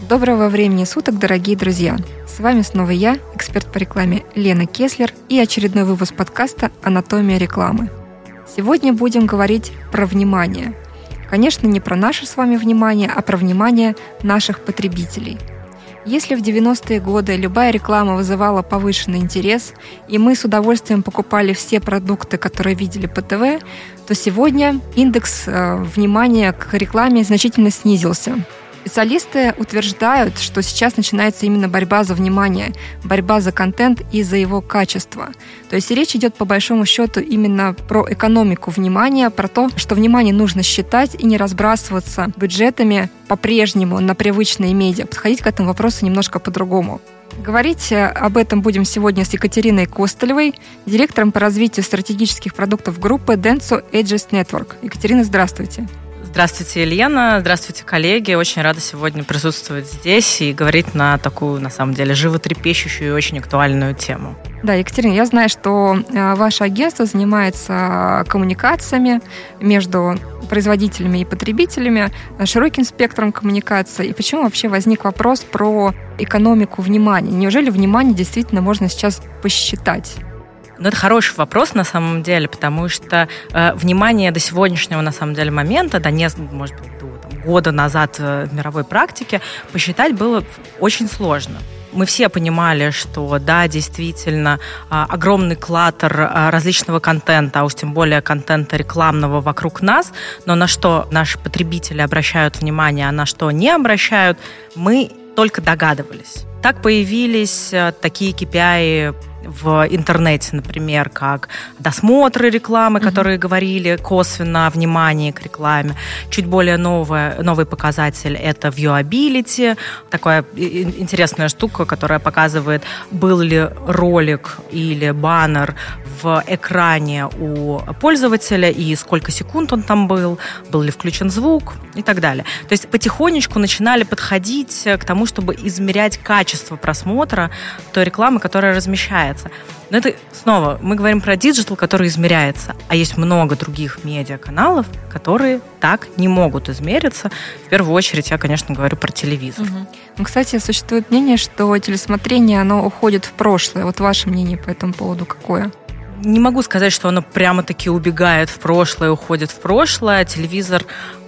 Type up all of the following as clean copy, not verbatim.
Доброго времени суток, дорогие друзья! С вами снова я, эксперт по рекламе Лена Кеслер, и очередной выпуск подкаста «Анатомия рекламы». Сегодня будем говорить про внимание. Конечно, не про наше с вами внимание, а про внимание наших потребителей. Если в 90-е годы любая реклама вызывала повышенный интерес, и мы с удовольствием покупали все продукты, которые видели по ТВ, то сегодня индекс внимания к рекламе значительно снизился. Специалисты утверждают, что сейчас начинается именно борьба за внимание, борьба за контент и за его качество. То есть речь идет по большому счету именно про экономику внимания, про то, что внимание нужно считать и не разбрасываться бюджетами по-прежнему на привычные медиа, подходить к этому вопросу немножко по-другому. Говорить об этом будем сегодня с Екатериной Костылевой, директором по развитию стратегических продуктов группы Dentsu Aegis Network. Екатерина, здравствуйте. Здравствуйте, Елена. Здравствуйте, коллеги. Очень рада сегодня присутствовать здесь и говорить на такую, на самом деле, животрепещущую и очень актуальную тему. Да, Екатерина, я знаю, что ваше агентство занимается коммуникациями между производителями и потребителями, широким спектром коммуникаций. И почему вообще возник вопрос про экономику внимания? Неужели внимание действительно можно сейчас посчитать? Ну, это хороший вопрос на самом деле, потому что внимание до сегодняшнего, на самом деле, момента, может быть, до года назад в мировой практике посчитать было очень сложно. Мы все понимали, что, да, действительно, огромный клаттер различного контента, а уж тем более контента рекламного вокруг нас, но на что наши потребители обращают внимание, а на что не обращают, мы только догадывались. Так появились такие KPI в интернете, например, как досмотры рекламы, которые говорили косвенно о внимании к рекламе. Чуть более новый показатель – это viewability, такая интересная штука, которая показывает, был ли ролик или баннер в экране у пользователя и сколько секунд он там был ли включен звук и так далее. То есть потихонечку начинали подходить к тому, чтобы измерять качество просмотра той рекламы, которая размещается. Но это, снова, мы говорим про диджитал, который измеряется, а есть много других медиаканалов, которые так не могут измериться. В первую очередь я, конечно, говорю про телевизор. Ну, кстати, существует мнение, что телесмотрение, оно уходит в прошлое. Вот ваше мнение по этому поводу какое? Не могу сказать, что оно прямо-таки убегает в прошлое, уходит в прошлое. Телевизор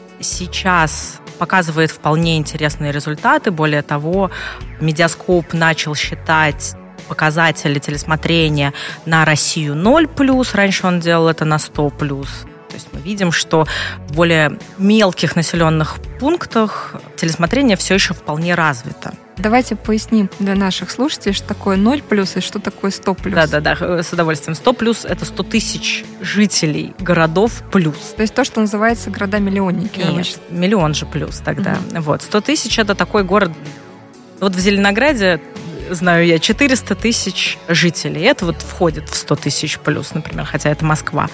сейчас показывает вполне интересные результаты. Более того, Медиаскоп начал считать показатели телесмотрения на Россию 0+, раньше он делал это на 100+. То есть мы видим, что в более мелких населенных пунктах телесмотрение все еще вполне развито. Давайте поясним для наших слушателей, что такое 0+ и что такое 100+. Да, с удовольствием. 100+ – это 100 тысяч жителей городов плюс. То есть то, что называется города-миллионники. Нет, миллион же плюс тогда. 100 тысяч – это такой город. Вот в Зеленограде, знаю я, 400 тысяч жителей. Это вот входит в 100 тысяч плюс, например, хотя это Москва.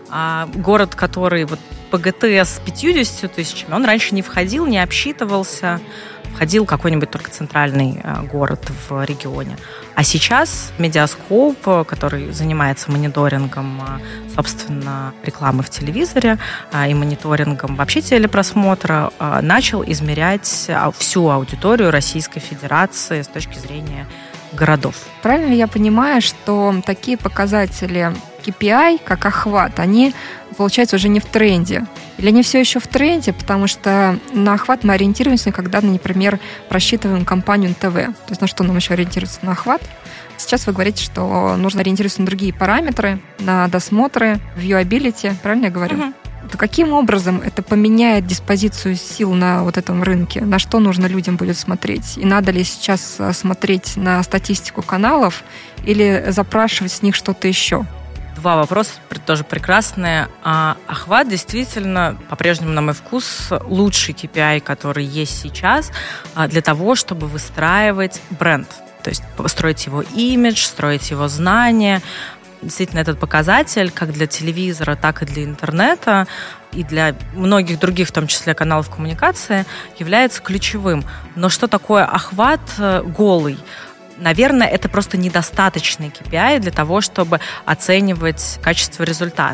А город, который вот по ГТС с 50 тысячами, он раньше не входил, не обсчитывался. Входил какой-нибудь только центральный город в регионе. А сейчас Медиаскоп, который занимается мониторингом, собственно, рекламы в телевизоре и мониторингом вообще телепросмотра, начал измерять всю аудиторию Российской Федерации с точки зрения городов. Правильно ли я понимаю, что такие показатели KPI, как охват, они, получается, уже не в тренде? Или они все еще в тренде, потому что на охват мы ориентируемся, когда, например, просчитываем кампанию ТВ. То есть на что нам еще ориентироваться? На охват. Сейчас вы говорите, что нужно ориентироваться на другие параметры, на досмотры, viewability. Правильно я говорю? То каким образом это поменяет диспозицию сил на вот этом рынке? На что нужно людям будет смотреть? И надо ли сейчас смотреть на статистику каналов или запрашивать с них что-то еще? Два вопроса тоже прекрасные. Охват действительно, по-прежнему, на мой вкус, лучший KPI, который есть сейчас для того, чтобы выстраивать бренд. То есть строить его имидж, строить его знания. Действительно, этот показатель как для телевизора, так и для интернета и для многих других, в том числе каналов коммуникации, является ключевым. Но что такое охват голый? Наверное, это просто недостаточный KPI для того, чтобы оценивать качество результата.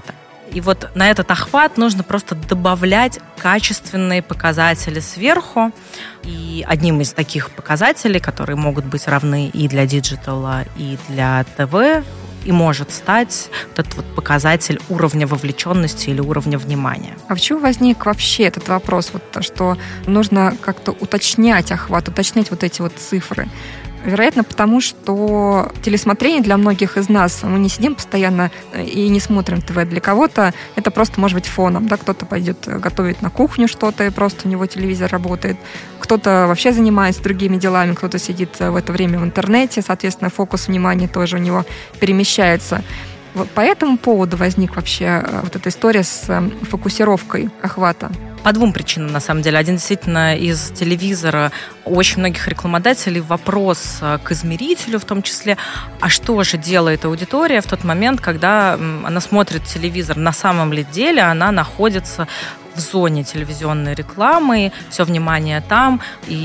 И вот на этот охват нужно просто добавлять качественные показатели сверху. И одним из таких показателей, которые могут быть равны и для диджитала, и для ТВ, и может стать вот этот вот показатель уровня вовлеченности или уровня внимания. А почему возник вообще этот вопрос, вот, что нужно как-то уточнять охват, уточнять вот эти вот цифры? Вероятно, потому что телесмотрение для многих из нас, мы не сидим постоянно и не смотрим ТВ. Для кого-то это просто может быть фоном. Да? Кто-то пойдет готовить на кухню что-то, и просто у него телевизор работает. Кто-то вообще занимается другими делами, кто-то сидит в это время в интернете, соответственно, фокус внимания тоже у него перемещается. Вот по этому поводу возник вообще вот эта история с фокусировкой охвата. По двум причинам, на самом деле. Один действительно из телевизора. У очень многих рекламодателей вопрос к измерителю, в том числе, а что же делает аудитория в тот момент, когда она смотрит телевизор? На самом ли деле она находится в зоне телевизионной рекламы, все внимание там,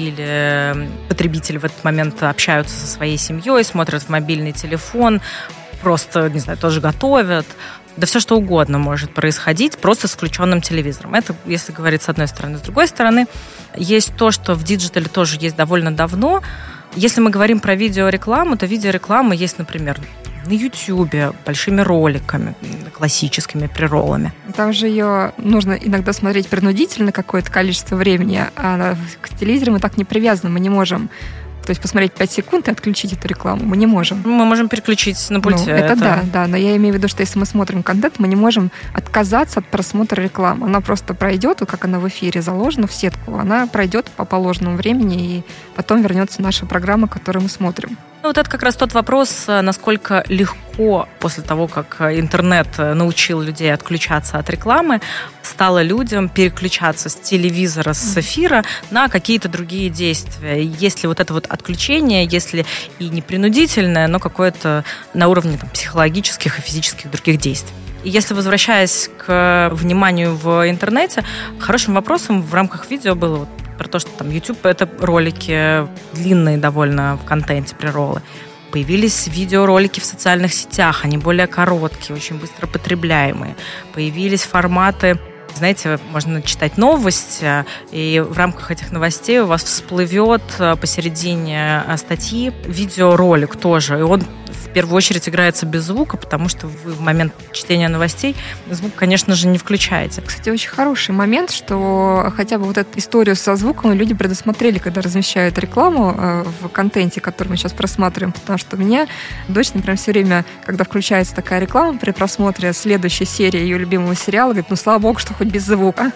или потребители в этот момент общаются со своей семьей, смотрят в мобильный телефон, просто, не знаю, тоже готовят. Да все что угодно может происходить просто с включенным телевизором. Это, если говорить с одной стороны. С другой стороны, есть то, что в диджитале тоже есть довольно давно. Если мы говорим про видеорекламу, то видеореклама есть, например, на Ютьюбе, большими роликами, классическими прероллами. Там же ее нужно иногда смотреть принудительно какое-то количество времени, а к телевизору мы так не привязаны, мы не можем. То есть посмотреть 5 секунд и отключить эту рекламу. Мы не можем. Мы можем переключить на пульте. Ну, это да. Но я имею в виду, что если мы смотрим контент, мы не можем отказаться от просмотра рекламы. Она просто пройдет, как она в эфире заложена в сетку, она пройдет по положенному времени, и потом вернется наша программа, которую мы смотрим. Ну, вот это как раз тот вопрос, насколько легко после того, как интернет научил людей отключаться от рекламы, стало людям переключаться с телевизора, с эфира на какие-то другие действия. Если вот это вот отключение, если и не принудительное, но какое-то на уровне психологических и физических других действий. И если, возвращаясь к вниманию в интернете, хорошим вопросом в рамках видео было вот про то, что там YouTube — это ролики длинные довольно в контенте, прероллы. Появились видеоролики в социальных сетях, они более короткие, очень быстро потребляемые. Появились форматы, знаете, можно читать новости, и в рамках этих новостей у вас всплывет посередине статьи видеоролик тоже, и он в первую очередь играется без звука, потому что вы в момент чтения новостей звук, конечно же, не включаете. Кстати, очень хороший момент, что хотя бы вот эту историю со звуком люди предусмотрели, когда размещают рекламу в контенте, который мы сейчас просматриваем, потому что у меня дочь, например, все время, когда включается такая реклама при просмотре следующей серии ее любимого сериала, говорит, ну, слава богу, что хоть без звука.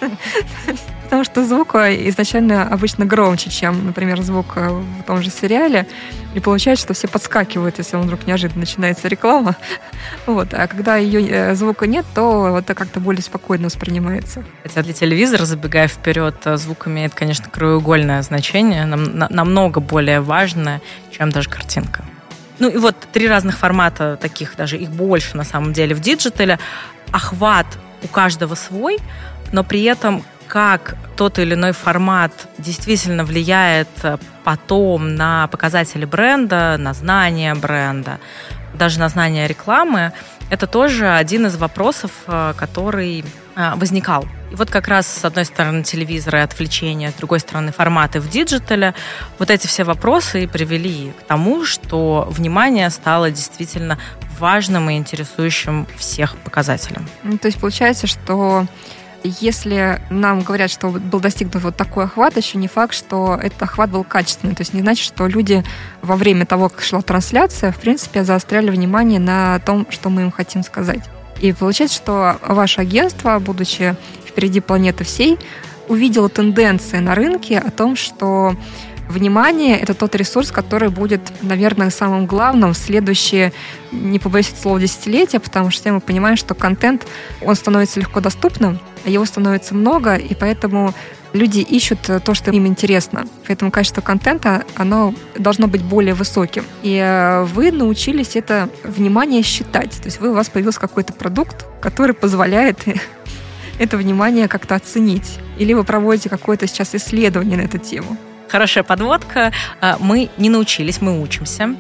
Потому что звук изначально обычно громче, чем, например, звук в том же сериале. И получается, что все подскакивают, если вдруг неожиданно начинается реклама. Вот. А когда ее звука нет, то это как-то более спокойно воспринимается. Хотя для телевизора, забегая вперед, звук имеет, конечно, краеугольное значение, намного более важное, чем даже картинка. Ну и вот 3 разных формата таких, даже их больше на самом деле в диджитале. Охват у каждого свой, но при этом как тот или иной формат действительно влияет потом на показатели бренда, на знание бренда, даже на знание рекламы, это тоже один из вопросов, который возникал. И вот как раз с одной стороны телевизоры и отвлечения, с другой стороны форматы в диджитале, вот эти все вопросы и привели к тому, что внимание стало действительно важным и интересующим всех показателем. То есть получается, что если нам говорят, что был достигнут вот такой охват, еще не факт, что этот охват был качественный. То есть не значит, что люди во время того, как шла трансляция, в принципе, заостряли внимание на том, что мы им хотим сказать. И получается, что ваше агентство, будучи впереди планеты всей, увидело тенденции на рынке о том, что внимание — это тот ресурс, который будет, наверное, самым главным в следующие, не побоюсь этого слова, десятилетия, потому что мы понимаем, что контент, он становится легко доступным, его становится много, и поэтому люди ищут то, что им интересно. Поэтому качество контента, оно должно быть более высоким. И вы научились это внимание считать. То есть у вас появился какой-то продукт, который позволяет это внимание как-то оценить. Или вы проводите какое-то сейчас исследование на эту тему. Хорошая подводка. Мы не научились, мы учимся.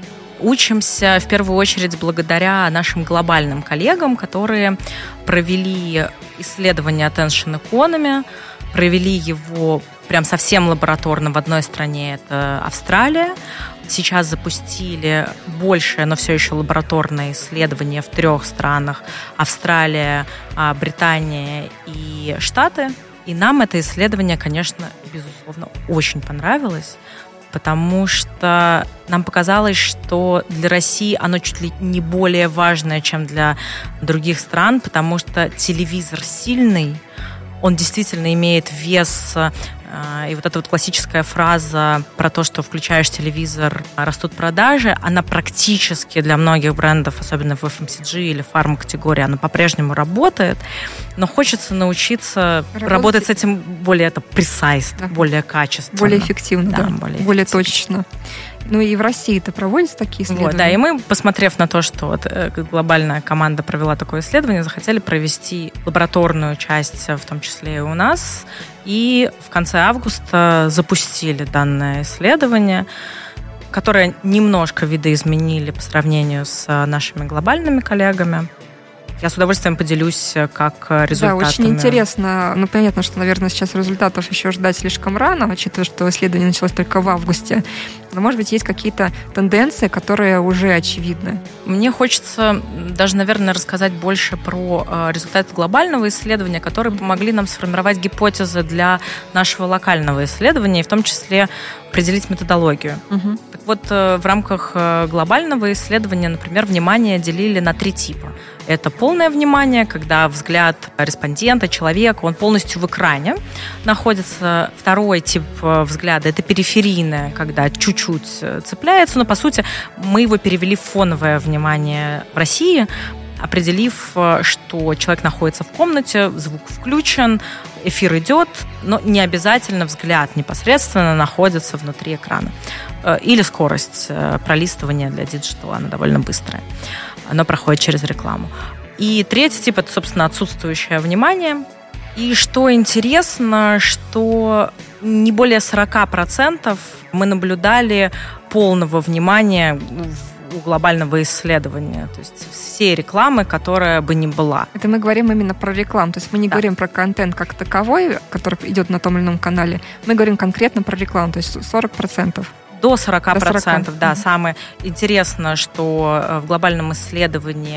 учимся в первую очередь благодаря нашим глобальным коллегам, которые провели исследование Attention Economy, провели его прям совсем лабораторно в одной стране, это Австралия. Сейчас запустили большее, но все еще лабораторное исследование в 3 странах: Австралия, Британия и Штаты. И нам это исследование, конечно, безусловно, очень понравилось, потому что нам показалось, что для России оно чуть ли не более важное, чем для других стран, потому что телевизор сильный, он действительно имеет вес. И вот эта вот классическая фраза про то, что включаешь телевизор, растут продажи, она практически для многих брендов, особенно в FMCG или фарма-категории, она по-прежнему работает, но хочется научиться работать с этим более precise, да, более качественно. Более эффективно, да, более точечно. Ну и в России-то проводятся такие исследования? Вот, да, и мы, посмотрев на то, что вот глобальная команда провела такое исследование, захотели провести лабораторную часть, в том числе и у нас, и в конце августа запустили данное исследование, которое немножко видоизменили по сравнению с нашими глобальными коллегами. Я с удовольствием поделюсь как результатами. Да, очень интересно. Ну, понятно, что, наверное, сейчас результатов еще ждать слишком рано, учитывая, что исследование началось только в августе. Но, может быть, есть какие-то тенденции, которые уже очевидны. Мне хочется даже, наверное, рассказать больше про результаты глобального исследования, которые помогли нам сформировать гипотезы для нашего локального исследования, и в том числе определить методологию. Угу. Так вот, в рамках глобального исследования, например, внимание делили на 3 типа. Это полное внимание, когда взгляд респондента, человека, он полностью в экране находится. Второй тип взгляда – это периферийное, когда чуть-чуть цепляется, но, по сути, мы его перевели в фоновое внимание в России, определив, что человек находится в комнате, звук включен, эфир идет, но не обязательно взгляд непосредственно находится внутри экрана. Или скорость пролистывания для диджитала, она довольно быстрая. Оно проходит через рекламу. И 3-й тип – это, собственно, отсутствующее внимание. И что интересно, что не более 40% мы наблюдали полного внимания у глобального исследования. То есть всей рекламы, которая бы ни была. Это мы говорим именно про рекламу. То есть мы не говорим про контент как таковой, который идет на том или ином канале. Мы говорим конкретно про рекламу, то есть 40%. До 40%, да. Самое интересное, что в глобальном исследовании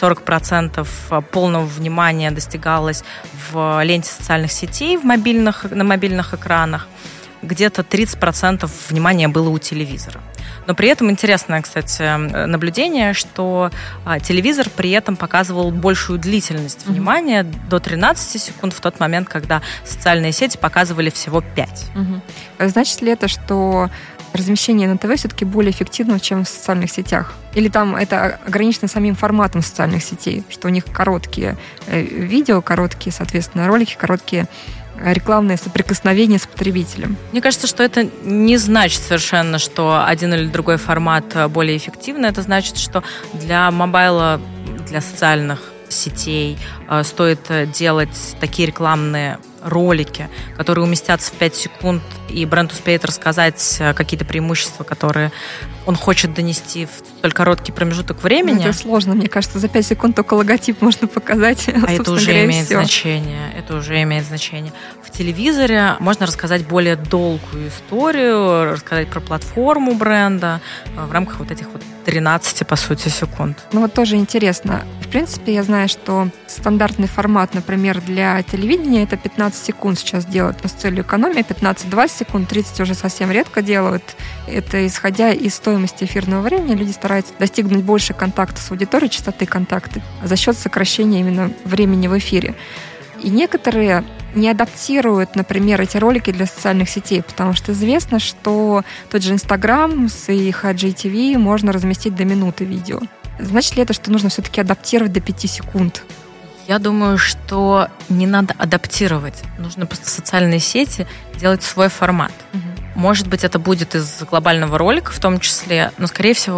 40% полного внимания достигалось в ленте социальных сетей, на мобильных экранах. Где-то 30% внимания было у телевизора. Но при этом интересное, кстати, наблюдение, что телевизор при этом показывал большую длительность внимания, до 13 секунд, в тот момент, когда социальные сети показывали всего 5. Значит ли это, что размещение на ТВ все-таки более эффективно, чем в социальных сетях? Или там это ограничено самим форматом социальных сетей, что у них короткие видео, короткие, соответственно, ролики, короткие рекламное соприкосновение с потребителем? Мне кажется, что это не значит совершенно, что один или другой формат более эффективный. Это значит, что для мобайла, для социальных сетей стоит делать такие рекламные ролики, которые уместятся в 5 секунд, и бренд успеет рассказать какие-то преимущества, которые он хочет донести в столь короткий промежуток времени. Это сложно, мне кажется, за 5 секунд только логотип можно показать. А это уже имеет значение. Это уже имеет значение. В телевизоре можно рассказать более долгую историю, рассказать про платформу бренда в рамках вот этих вот 13, по сути, секунд. Ну вот тоже интересно. В принципе, я знаю, что стандартный формат, например, для телевидения это 15 секунд сейчас делают, но с целью экономии 15-20 секунд, 30 уже совсем редко делают. Это исходя из стоимости эфирного времени, люди стараются достигнуть больше контакта с аудиторией, частоты контакта за счет сокращения именно времени в эфире. И некоторые не адаптируют, например, эти ролики для социальных сетей, потому что известно, что тот же Instagram с их IGTV можно разместить до минуты видео. Значит ли это, что нужно все-таки адаптировать до 5 секунд? Я думаю, что не надо адаптировать. Нужно просто в социальные сети делать свой формат. Может быть, это будет из глобального ролика в том числе, но, скорее всего,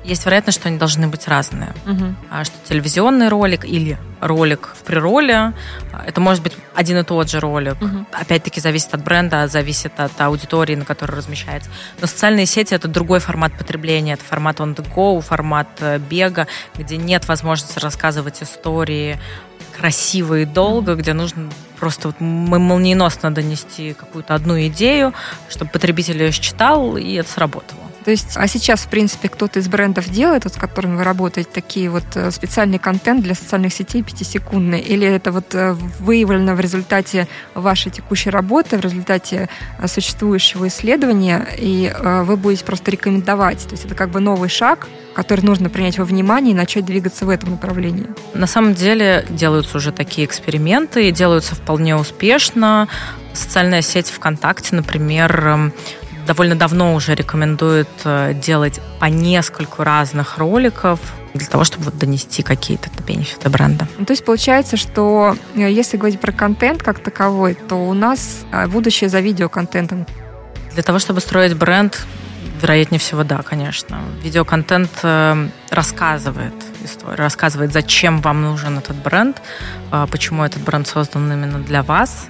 Есть вероятность, что они должны быть разные. Что телевизионный ролик или ролик в прероле, это может быть один и тот же ролик. Опять-таки зависит от бренда, зависит от аудитории, на которой размещается. Но социальные сети — это другой формат потребления. Это формат on the go, формат бега, где нет возможности рассказывать истории красиво и долго, где нужно просто молниеносно донести какую-то одну идею, чтобы потребитель ее считал, и это сработало. То есть, а сейчас, в принципе, кто-то из брендов делает, вот, с которыми вы работаете, такие вот специальный контент для социальных сетей 5-секундный? Или это вот выявлено в результате вашей текущей работы, в результате существующего исследования, и вы будете просто рекомендовать? То есть это как бы новый шаг, который нужно принять во внимание и начать двигаться в этом направлении? На самом деле делаются уже такие эксперименты, и делаются вполне успешно. Социальная сеть ВКонтакте, например, довольно давно уже рекомендует делать по нескольку разных роликов для того, чтобы донести какие-то бенефиты бренда. То есть получается, что если говорить про контент как таковой, то у нас будущее за видеоконтентом. Для того, чтобы строить бренд, вероятнее всего, да, конечно. Видеоконтент рассказывает историю, рассказывает, зачем вам нужен этот бренд, почему этот бренд создан именно для вас.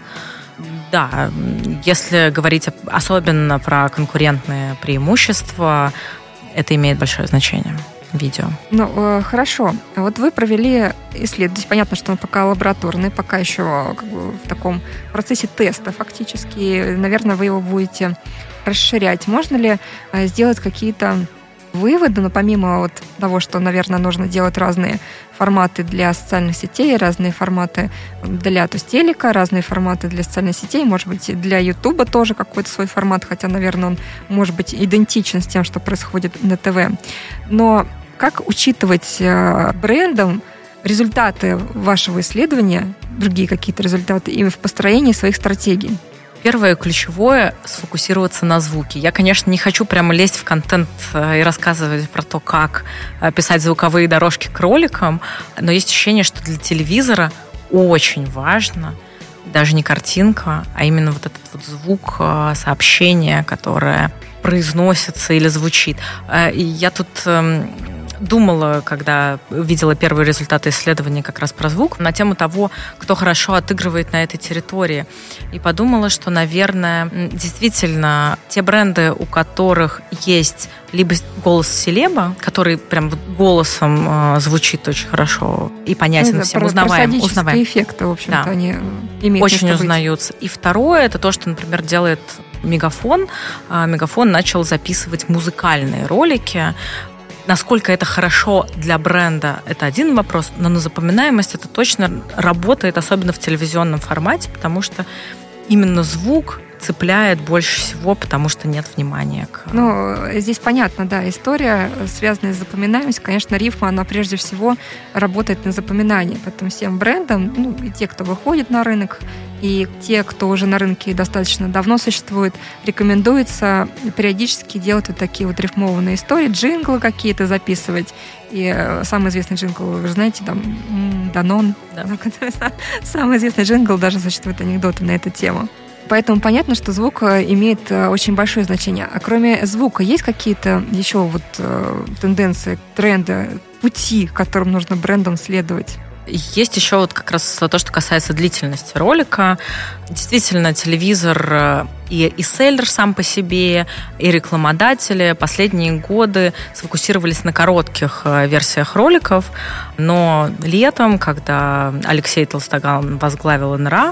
Да, если говорить особенно про конкурентные преимущества, это имеет большое значение. Видео. Ну, хорошо. Вот вы провели исследование. Здесь понятно, что он пока лабораторный, пока еще как бы в таком процессе теста фактически. Наверное, вы его будете расширять. Можно ли сделать какие-то выводы, но помимо вот того, что, наверное, нужно делать разные форматы для социальных сетей, разные форматы для телека, разные форматы для социальных сетей, может быть, для Ютуба тоже какой-то свой формат, хотя, наверное, он может быть идентичен с тем, что происходит на ТВ. Но как учитывать брендом результаты вашего исследования, другие какие-то результаты, и в построении своих стратегий? Первое, ключевое – сфокусироваться на звуке. Я, конечно, не хочу прямо лезть в контент и рассказывать про то, как писать звуковые дорожки к роликам, но есть ощущение, что для телевизора очень важно даже не картинка, а именно вот этот вот звук сообщения, которое произносится или звучит. И я тут думала, когда видела первые результаты исследования как раз про звук, на тему того, кто хорошо отыгрывает на этой территории. И подумала, что, наверное, действительно, те бренды, у которых есть либо голос селеба, который прям голосом звучит очень хорошо и понятен всем, узнаваем. Эффекты, в общем-то, да. Они имеют очень узнаются. И второе, это то, что, например, делает Мегафон. Мегафон начал записывать музыкальные ролики. Насколько это хорошо для бренда, это один вопрос, но на запоминаемость это точно работает, особенно в телевизионном формате, потому что именно звук цепляет больше всего, потому что нет внимания к... Ну, здесь понятно, да, история, связанная с запоминаемостью. Конечно, рифма, она прежде всего работает на запоминание. Поэтому всем брендам, ну, и те, кто выходит на рынок, и те, кто уже на рынке достаточно давно существует, рекомендуется периодически делать вот такие вот рифмованные истории, джинглы какие-то записывать. И самый известный джингл, вы же знаете, там, Данон. Да. Самый известный джингл, даже существуют анекдоты на эту тему. Поэтому понятно, что звук имеет очень большое значение. А кроме звука, есть какие-то еще вот тенденции, тренды, пути, которым нужно брендам следовать? Есть еще вот как раз то, что касается длительности ролика. Действительно, телевизор и селлер сам по себе, и рекламодатели последние годы сфокусировались на коротких версиях роликов, но летом, когда Алексей Толстоган возглавил НРА,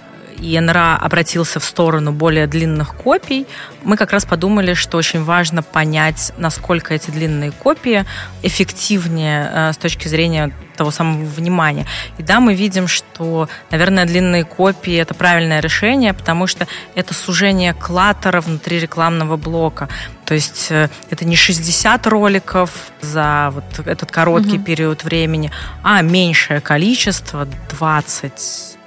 и НРА обратился в сторону более длинных копий, мы как раз подумали, что очень важно понять, насколько эти длинные копии эффективнее с точки зрения того самого внимания. И да, мы видим, что, наверное, длинные копии – это правильное решение, потому что это сужение клаттера внутри рекламного блока. То есть это не 60 роликов за вот этот короткий период времени, а меньшее количество, 20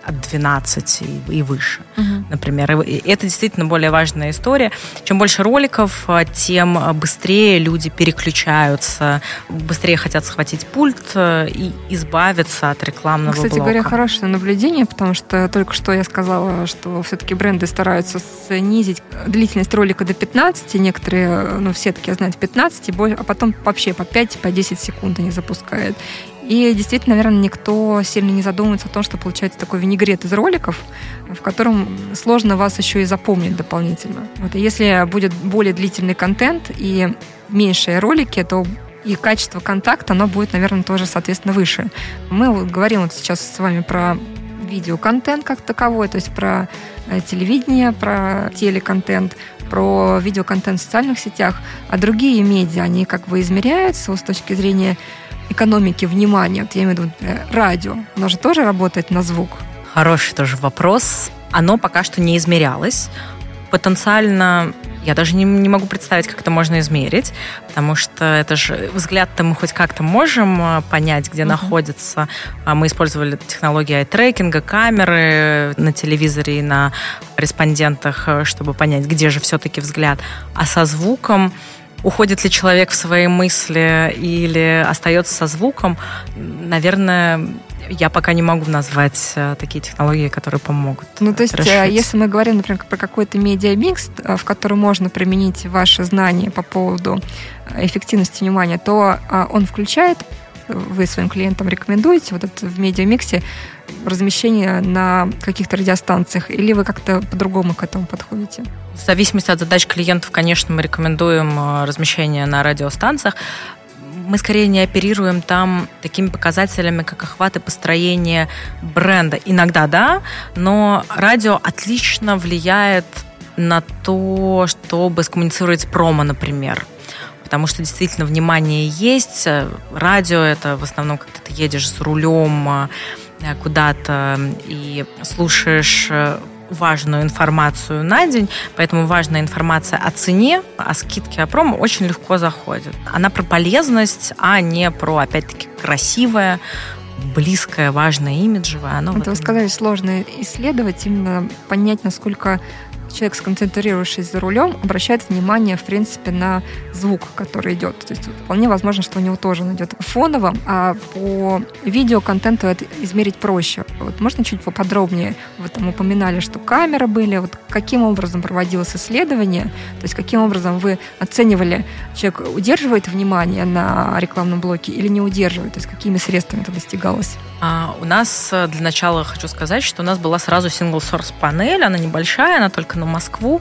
от 12 и выше, например. И это действительно более важная история. Чем больше роликов, тем быстрее люди переключаются, быстрее хотят схватить пульт и избавиться от рекламного блока. Кстати говоря, хорошее наблюдение, потому что только что я сказала, что все-таки бренды стараются снизить длительность ролика до 15, некоторые, все такие, знаете, 15, а потом вообще по 5-10 секунд они запускают. И действительно, наверное, никто сильно не задумывается о том, что получается такой винегрет из роликов, в котором сложно вас еще и запомнить дополнительно. И если будет более длительный контент и меньшие ролики, то и качество контакта, оно будет, наверное, тоже, соответственно, выше. Мы говорим сейчас с вами про видеоконтент как таковой, то есть про телевидение, про телеконтент, про видеоконтент в социальных сетях, а другие медиа, они как бы измеряются с точки зрения экономики внимания. Я имею в виду радио. Оно же тоже работает на звук. Хороший тоже вопрос. Оно пока что не измерялось. Потенциально я даже не могу представить, как это можно измерить, потому что это же взгляд-то мы хоть как-то можем понять, где находится. Мы использовали технологии ай-трекинга, камеры на телевизоре и на респондентах, чтобы понять, где же все-таки взгляд. А со звуком уходит ли человек в свои мысли или остается со звуком, наверное, я пока не могу назвать такие технологии, которые помогут. То есть, если мы говорим, например, про какой-то медиамикс, в котором можно применить ваши знания по поводу эффективности внимания, то он включает, вы своим клиентам рекомендуете вот это в медиамиксе размещение на каких-то радиостанциях, или вы как-то по-другому к этому подходите? В зависимости от задач клиентов, конечно, мы рекомендуем размещение на радиостанциях. Мы скорее не оперируем там такими показателями, как охват и построение бренда. Иногда да, но радио отлично влияет на то, чтобы скоммуницировать промо, например. Потому что действительно внимание есть. Радио — это в основном, когда ты едешь за рулем куда-то и слушаешь важную информацию на день, поэтому важная информация о цене, о скидке, о промо очень легко заходит. Она про полезность, а не про, опять-таки, красивое, близкое, важное, имиджевое. Это вы сказали, сложно исследовать, именно понять, насколько человек, сконцентрировавшись за рулем, обращает внимание, в принципе, на звук, который идет. То есть вполне возможно, что у него тоже он идет фоновым, а по видеоконтенту это измерить проще. Вот можно чуть поподробнее? Вы там упоминали, что камеры были. Вот каким образом проводилось исследование? То есть каким образом вы оценивали, человек удерживает внимание на рекламном блоке или не удерживает? То есть какими средствами это достигалось? У нас, для начала хочу сказать, что у нас была сразу single-source панель, она небольшая, она только на Москву,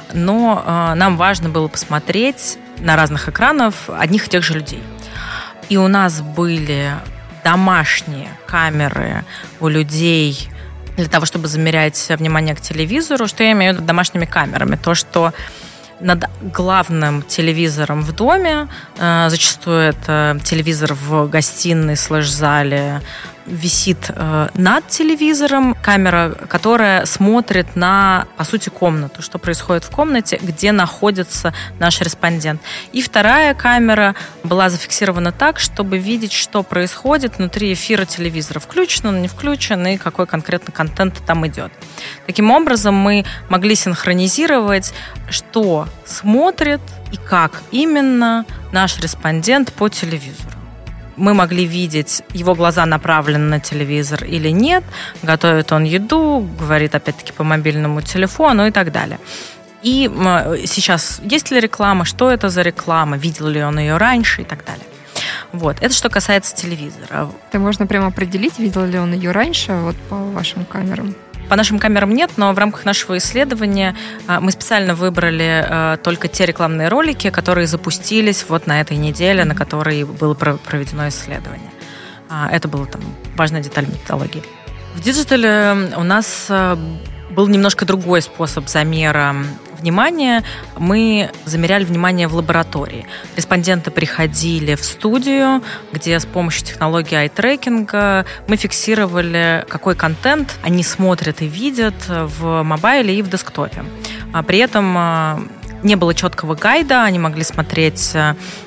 но нам важно было посмотреть на разных экранах одних и тех же людей. И у нас были домашние камеры у людей для того, чтобы замерять внимание к телевизору. Что я имею в виду домашними камерами? То, что над главным телевизором в доме, зачастую это телевизор в гостиной /зале, висит над телевизором камера, которая смотрит на, по сути, комнату, что происходит в комнате, где находится наш респондент. И вторая камера была зафиксирована так, чтобы видеть, что происходит внутри эфира телевизора. Включен он, не включен, и какой конкретно контент там идет. Таким образом, мы могли синхронизировать, что смотрит и как именно наш респондент по телевизору. Мы могли видеть, его глаза направлены на телевизор или нет, готовит он еду, говорит опять-таки по мобильному телефону и так далее. И сейчас есть ли реклама, что это за реклама, видел ли он ее раньше и так далее. Вот. Это что касается телевизора. Это можно прямо определить, видел ли он ее раньше, вот по вашим камерам? По нашим камерам нет, но в рамках нашего исследования мы специально выбрали только те рекламные ролики, которые запустились вот на этой неделе, на которой было проведено исследование. Это была там важная деталь методологии. В диджитале у нас был немножко другой способ замера внимания. Мы замеряли внимание в лаборатории. Респонденты приходили в студию, где с помощью технологии ай-трекинга мы фиксировали, какой контент они смотрят и видят в мобайле и в десктопе. При этом не было четкого гайда, они могли смотреть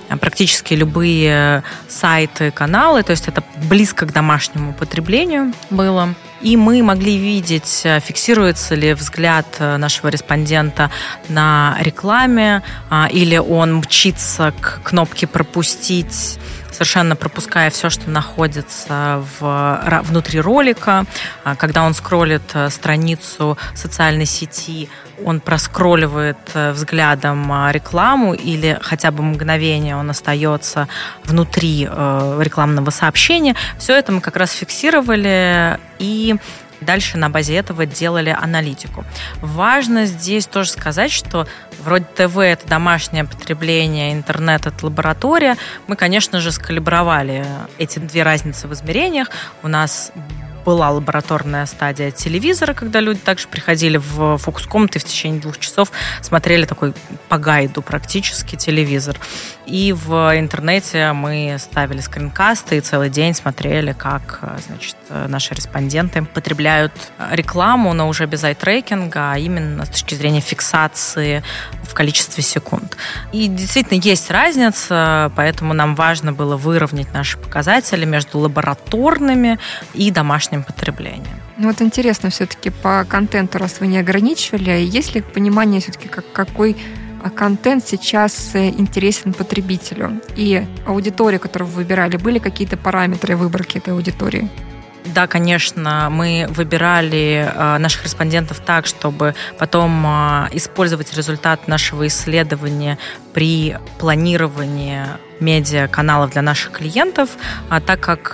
практически любые сайты, каналы, то есть это близко к домашнему потреблению было. И мы могли видеть, фиксируется ли взгляд нашего респондента на рекламе, или он мчится к кнопке «пропустить», совершенно пропуская все, что находится внутри ролика. Когда он скроллит страницу социальной сети, он проскролливает взглядом рекламу или хотя бы мгновение он остается внутри рекламного сообщения. Все это мы как раз фиксировали и дальше на базе этого делали аналитику. Важно здесь тоже сказать, что вроде ТВ – это домашнее потребление, интернет – это лаборатория. Мы, конечно же, скалибровали эти две разницы в измерениях. У нас была лабораторная стадия телевизора, когда люди также приходили в фокус-комнаты и в течение 2 часов смотрели такой по гайду практически телевизор. И в интернете мы ставили скринкасты и целый день смотрели, как, значит, наши респонденты потребляют рекламу, но уже без ай-трекинга, а именно с точки зрения фиксации в количестве секунд. И действительно есть разница, поэтому нам важно было выровнять наши показатели между лабораторными и домашним потреблением. Ну вот интересно все-таки по контенту, раз вы не ограничивали, есть ли понимание все-таки, какой контент сейчас интересен потребителю? И аудитория, которую вы выбирали, были какие-то параметры выборки этой аудитории? Да, конечно, мы выбирали наших респондентов так, чтобы потом использовать результат нашего исследования при планировании медиаканалов для наших клиентов, так как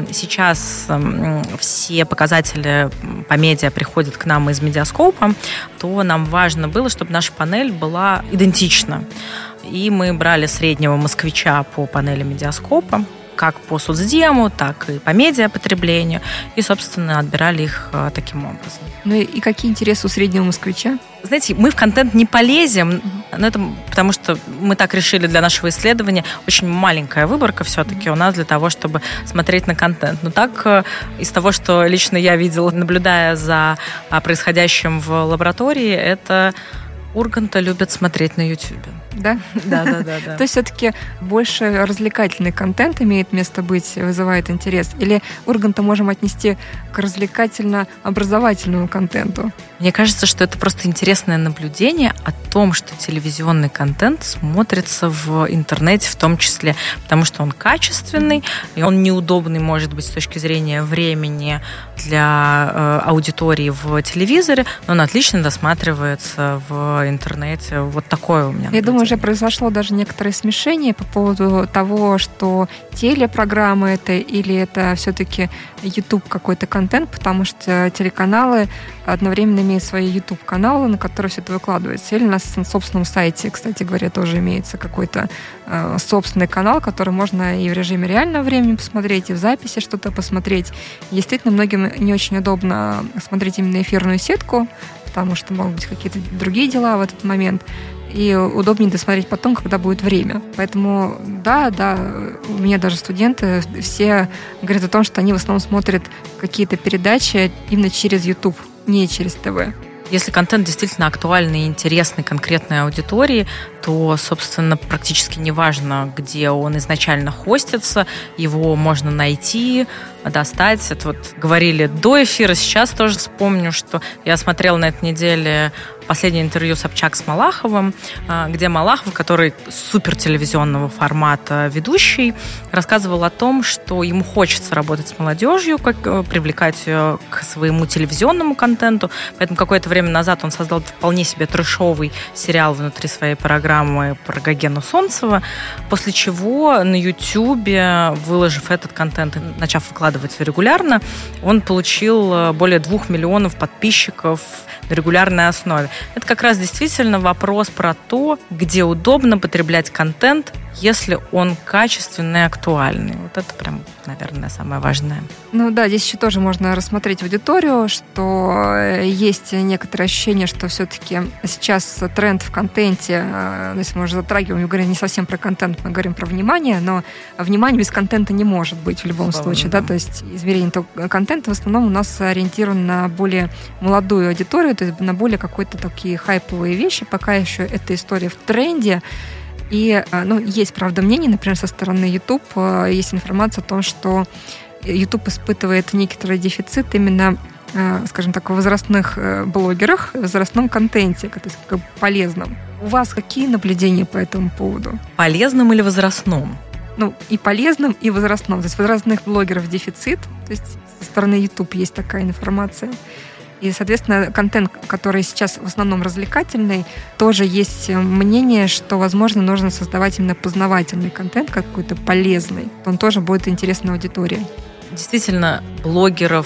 сейчас все показатели по медиа приходят к нам из Медиаскопа, то нам важно было, чтобы наша панель была идентична. И мы брали среднего москвича по панели Медиаскопа, как по соцдему, так и по медиапотреблению, и, собственно, отбирали их таким образом. Ну и какие интересы у среднего москвича? Знаете, мы в контент не полезем, но это потому, что мы так решили для нашего исследования. Очень маленькая выборка все-таки у нас для того, чтобы смотреть на контент. Но так, из того, что лично я видела, наблюдая за происходящим в лаборатории, это Урганта любят смотреть на YouTube. Да? Да. То есть все-таки больше развлекательный контент имеет место быть, вызывает интерес? Или Урганта можем отнести к развлекательно-образовательному контенту? Мне кажется, что это просто интересное наблюдение о том, что телевизионный контент смотрится в интернете в том числе, потому что он качественный, и он неудобный, может быть, с точки зрения времени для аудитории в телевизоре, но он отлично досматривается в интернете. Вот такое у меня. Я думаю, уже произошло даже некоторое смешение по поводу того, что телепрограммы это или это все-таки YouTube какой-то контент, потому что телеканалы одновременно имеют свои YouTube-каналы, на которые все это выкладывается. Или на собственном сайте, кстати говоря, тоже имеется какой-то собственный канал, который можно и в режиме реального времени посмотреть, и в записи что-то посмотреть. Действительно, многим не очень удобно смотреть именно эфирную сетку, потому что могут быть какие-то другие дела в этот момент. И удобнее досмотреть потом, когда будет время. Поэтому, да, у меня даже студенты все говорят о том, что они в основном смотрят какие-то передачи именно через YouTube, не через ТВ. Если контент действительно актуальный и интересный конкретной аудитории, то, собственно, практически неважно, где он изначально хостится, его можно найти, достать. Это вот говорили до эфира, сейчас тоже вспомню, что я смотрела на этой неделе последнее интервью Собчак с Малаховым, где Малахов, который супер телевизионного формата ведущий, рассказывал о том, что ему хочется работать с молодежью, привлекать ее к своему телевизионному контенту. Поэтому какое-то время назад он создал вполне себе трэшовый сериал внутри своей программы про Гогену Солнцева, после чего на Ютубе, выложив этот контент и начав выкладывать регулярно, он получил более 2 миллионов подписчиков на регулярной основе. Это как раз действительно вопрос про то, где удобно потреблять контент, если он качественный и актуальный. Вот это прям, наверное, самое важное. Ну да, здесь еще тоже можно рассмотреть аудиторию, что есть некоторое ощущение, что все-таки сейчас тренд в контенте, если мы уже затрагиваем, мы говорим не совсем про контент, мы говорим про внимание, но внимание без контента не может быть в любом случае. Да? То есть измерение контента в основном у нас ориентировано на более молодую аудиторию, то есть на более какие-то такие хайповые вещи. Пока еще эта история в тренде. И, есть, правда, мнение, например, со стороны YouTube, есть информация о том, что YouTube испытывает некоторый дефицит именно, скажем так, в возрастных блогерах, в возрастном контенте, то есть как полезном. У вас какие наблюдения по этому поводу? Полезном или возрастном? И полезным, и возрастном. То есть возрастных блогеров дефицит, то есть со стороны YouTube есть такая информация. И, соответственно, контент, который сейчас в основном развлекательный, тоже есть мнение, что, возможно, нужно создавать именно познавательный контент, какой-то полезный. Он тоже будет интересен аудитории. Действительно, блогеров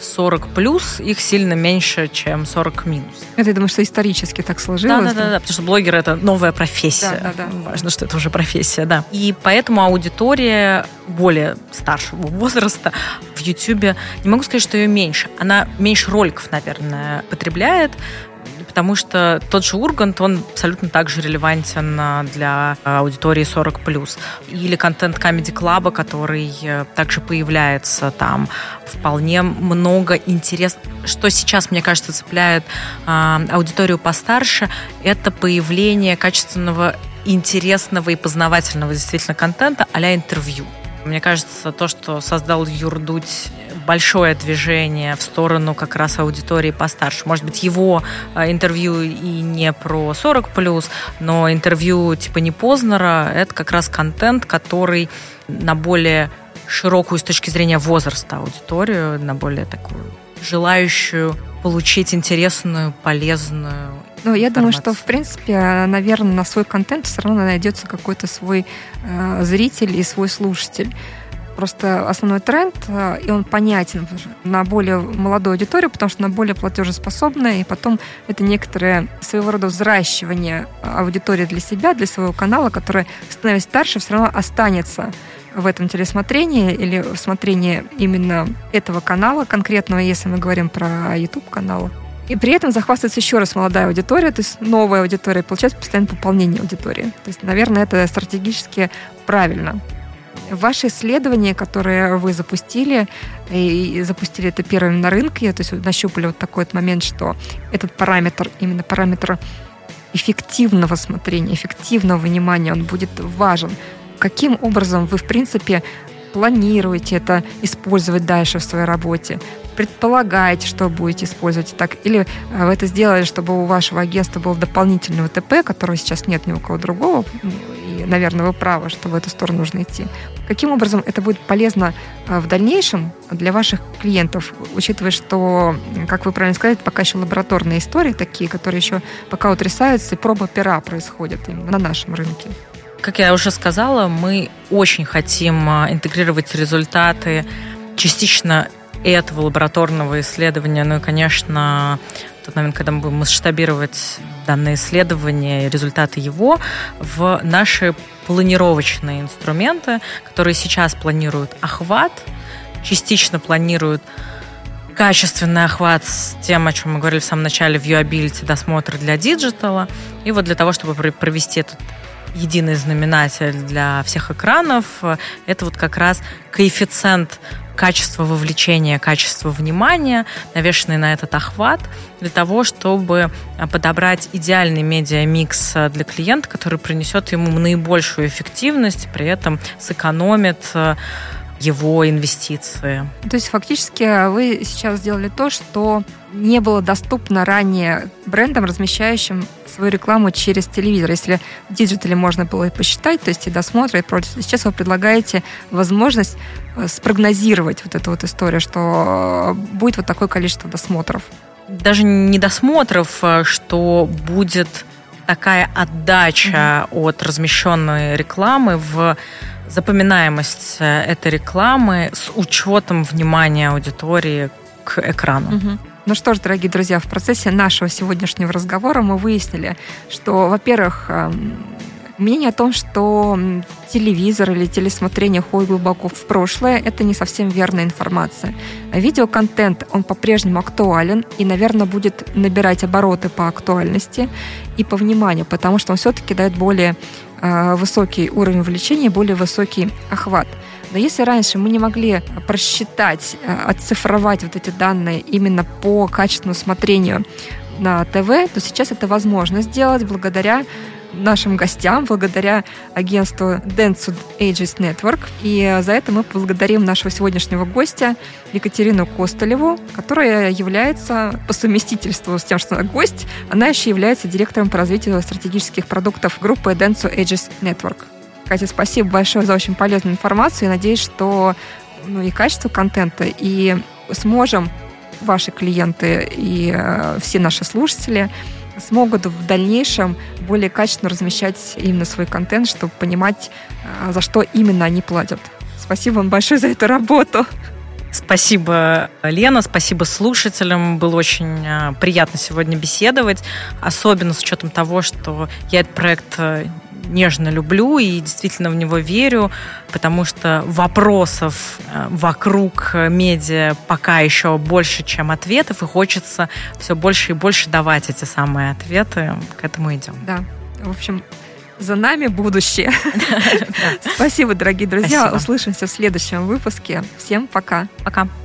40+, их сильно меньше, чем 40-. Это, я думаю, что исторически так сложилось. Да, потому что блогер — это новая профессия. Да. Важно, что это уже профессия, да. И поэтому аудитория более старшего возраста в YouTube, не могу сказать, что ее меньше. Она меньше роликов, наверное, потребляет, потому что тот же Ургант, он абсолютно так же релевантен для аудитории 40+. Или контент Comedy Club, который также появляется там. Вполне много интересного. Что сейчас, мне кажется, цепляет аудиторию постарше, это появление качественного, интересного и познавательного действительно контента а-ля интервью. Мне кажется, то, что создал Юрдудь, большое движение в сторону как раз аудитории постарше. Может быть, его интервью и не про 40+, но интервью типа не Познера — это как раз контент, который на более широкую с точки зрения возраста аудиторию, на более такую желающую получить интересную, полезную я думаю, что, в принципе, наверное, на свой контент все равно найдется какой-то свой зритель и свой слушатель. Просто основной тренд, и он понятен на более молодую аудиторию, потому что она более платежеспособная, и потом это некоторое своего рода взращивание аудитории для себя, для своего канала, которая, становясь старше, все равно останется в этом телесмотрении или в смотрении именно этого канала конкретного, если мы говорим про YouTube-канал. И при этом захвастается еще раз молодая аудитория, то есть новая аудитория, получается постоянное пополнение аудитории. То есть, наверное, это стратегически правильно. Ваши исследования, которые вы запустили, и запустили это первыми на рынке, то есть нащупали вот такой вот момент, что этот параметр, именно параметр эффективного смотрения, эффективного внимания, он будет важен. Каким образом вы, в принципе, планируете это использовать дальше в своей работе? Предполагаете, что будете использовать так? Или вы это сделали, чтобы у вашего агентства был дополнительный УТП, которого сейчас нет ни у кого другого? И, наверное, вы правы, что в эту сторону нужно идти. Каким образом это будет полезно в дальнейшем для ваших клиентов, учитывая, что, как вы правильно сказали, пока еще лабораторные истории такие, которые еще пока утрясаются, и проба пера происходит именно на нашем рынке? Как я уже сказала, мы очень хотим интегрировать результаты частично этого лабораторного исследования, и, конечно, в тот момент, когда мы будем масштабировать данное исследование и результаты его, в наши планировочные инструменты, которые сейчас планируют охват, частично планируют качественный охват с тем, о чем мы говорили в самом начале, viewability, досмотр для диджитала. И вот для того, чтобы провести этот единый знаменатель для всех экранов, это вот как раз коэффициент качества вовлечения, качества внимания, навешенный на этот охват, для того, чтобы подобрать идеальный медиамикс для клиента, который принесет ему наибольшую эффективность, при этом сэкономит его инвестиции. То есть фактически вы сейчас сделали то, что не было доступно ранее брендам, размещающим свою рекламу через телевизор. Если в диджитале можно было и посчитать, то есть и досмотры, и прочее. Сейчас вы предлагаете возможность спрогнозировать вот эту вот историю, что будет вот такое количество досмотров. Даже не досмотров, что будет такая отдача от размещенной рекламы в запоминаемость этой рекламы с учетом внимания аудитории к экрану. Ну что ж, дорогие друзья, в процессе нашего сегодняшнего разговора мы выяснили, что, во-первых, мнение о том, что телевизор или телесмотрение уходит глубоко в прошлое, это не совсем верная информация. Видеоконтент, он по-прежнему актуален и, наверное, будет набирать обороты по актуальности и по вниманию, потому что он все-таки дает более высокий уровень вовлечения, более высокий охват. Но если раньше мы не могли просчитать, оцифровать вот эти данные именно по качественному смотрению на ТВ, то сейчас это возможно сделать благодаря нашим гостям, благодаря агентству Dentsu Aegis Network. И за это мы поблагодарим нашего сегодняшнего гостя Екатерину Костолеву, которая является по совместительству с тем, что она гость, она еще является директором по развитию стратегических продуктов группы Dentsu Aegis Network. Катя, спасибо большое за очень полезную информацию. Я надеюсь, что и качество контента, и сможем ваши клиенты и все наши слушатели смогут в дальнейшем более качественно размещать именно свой контент, чтобы понимать, за что именно они платят. Спасибо вам большое за эту работу. Спасибо, Лена, спасибо слушателям. Было очень приятно сегодня беседовать, особенно с учетом того, что я этот проект нежно люблю и действительно в него верю, потому что вопросов вокруг медиа пока еще больше, чем ответов, и хочется все больше и больше давать эти самые ответы. К этому идем. Да, в общем, за нами будущее. Спасибо, дорогие друзья. Услышимся в следующем выпуске. Всем пока. Пока.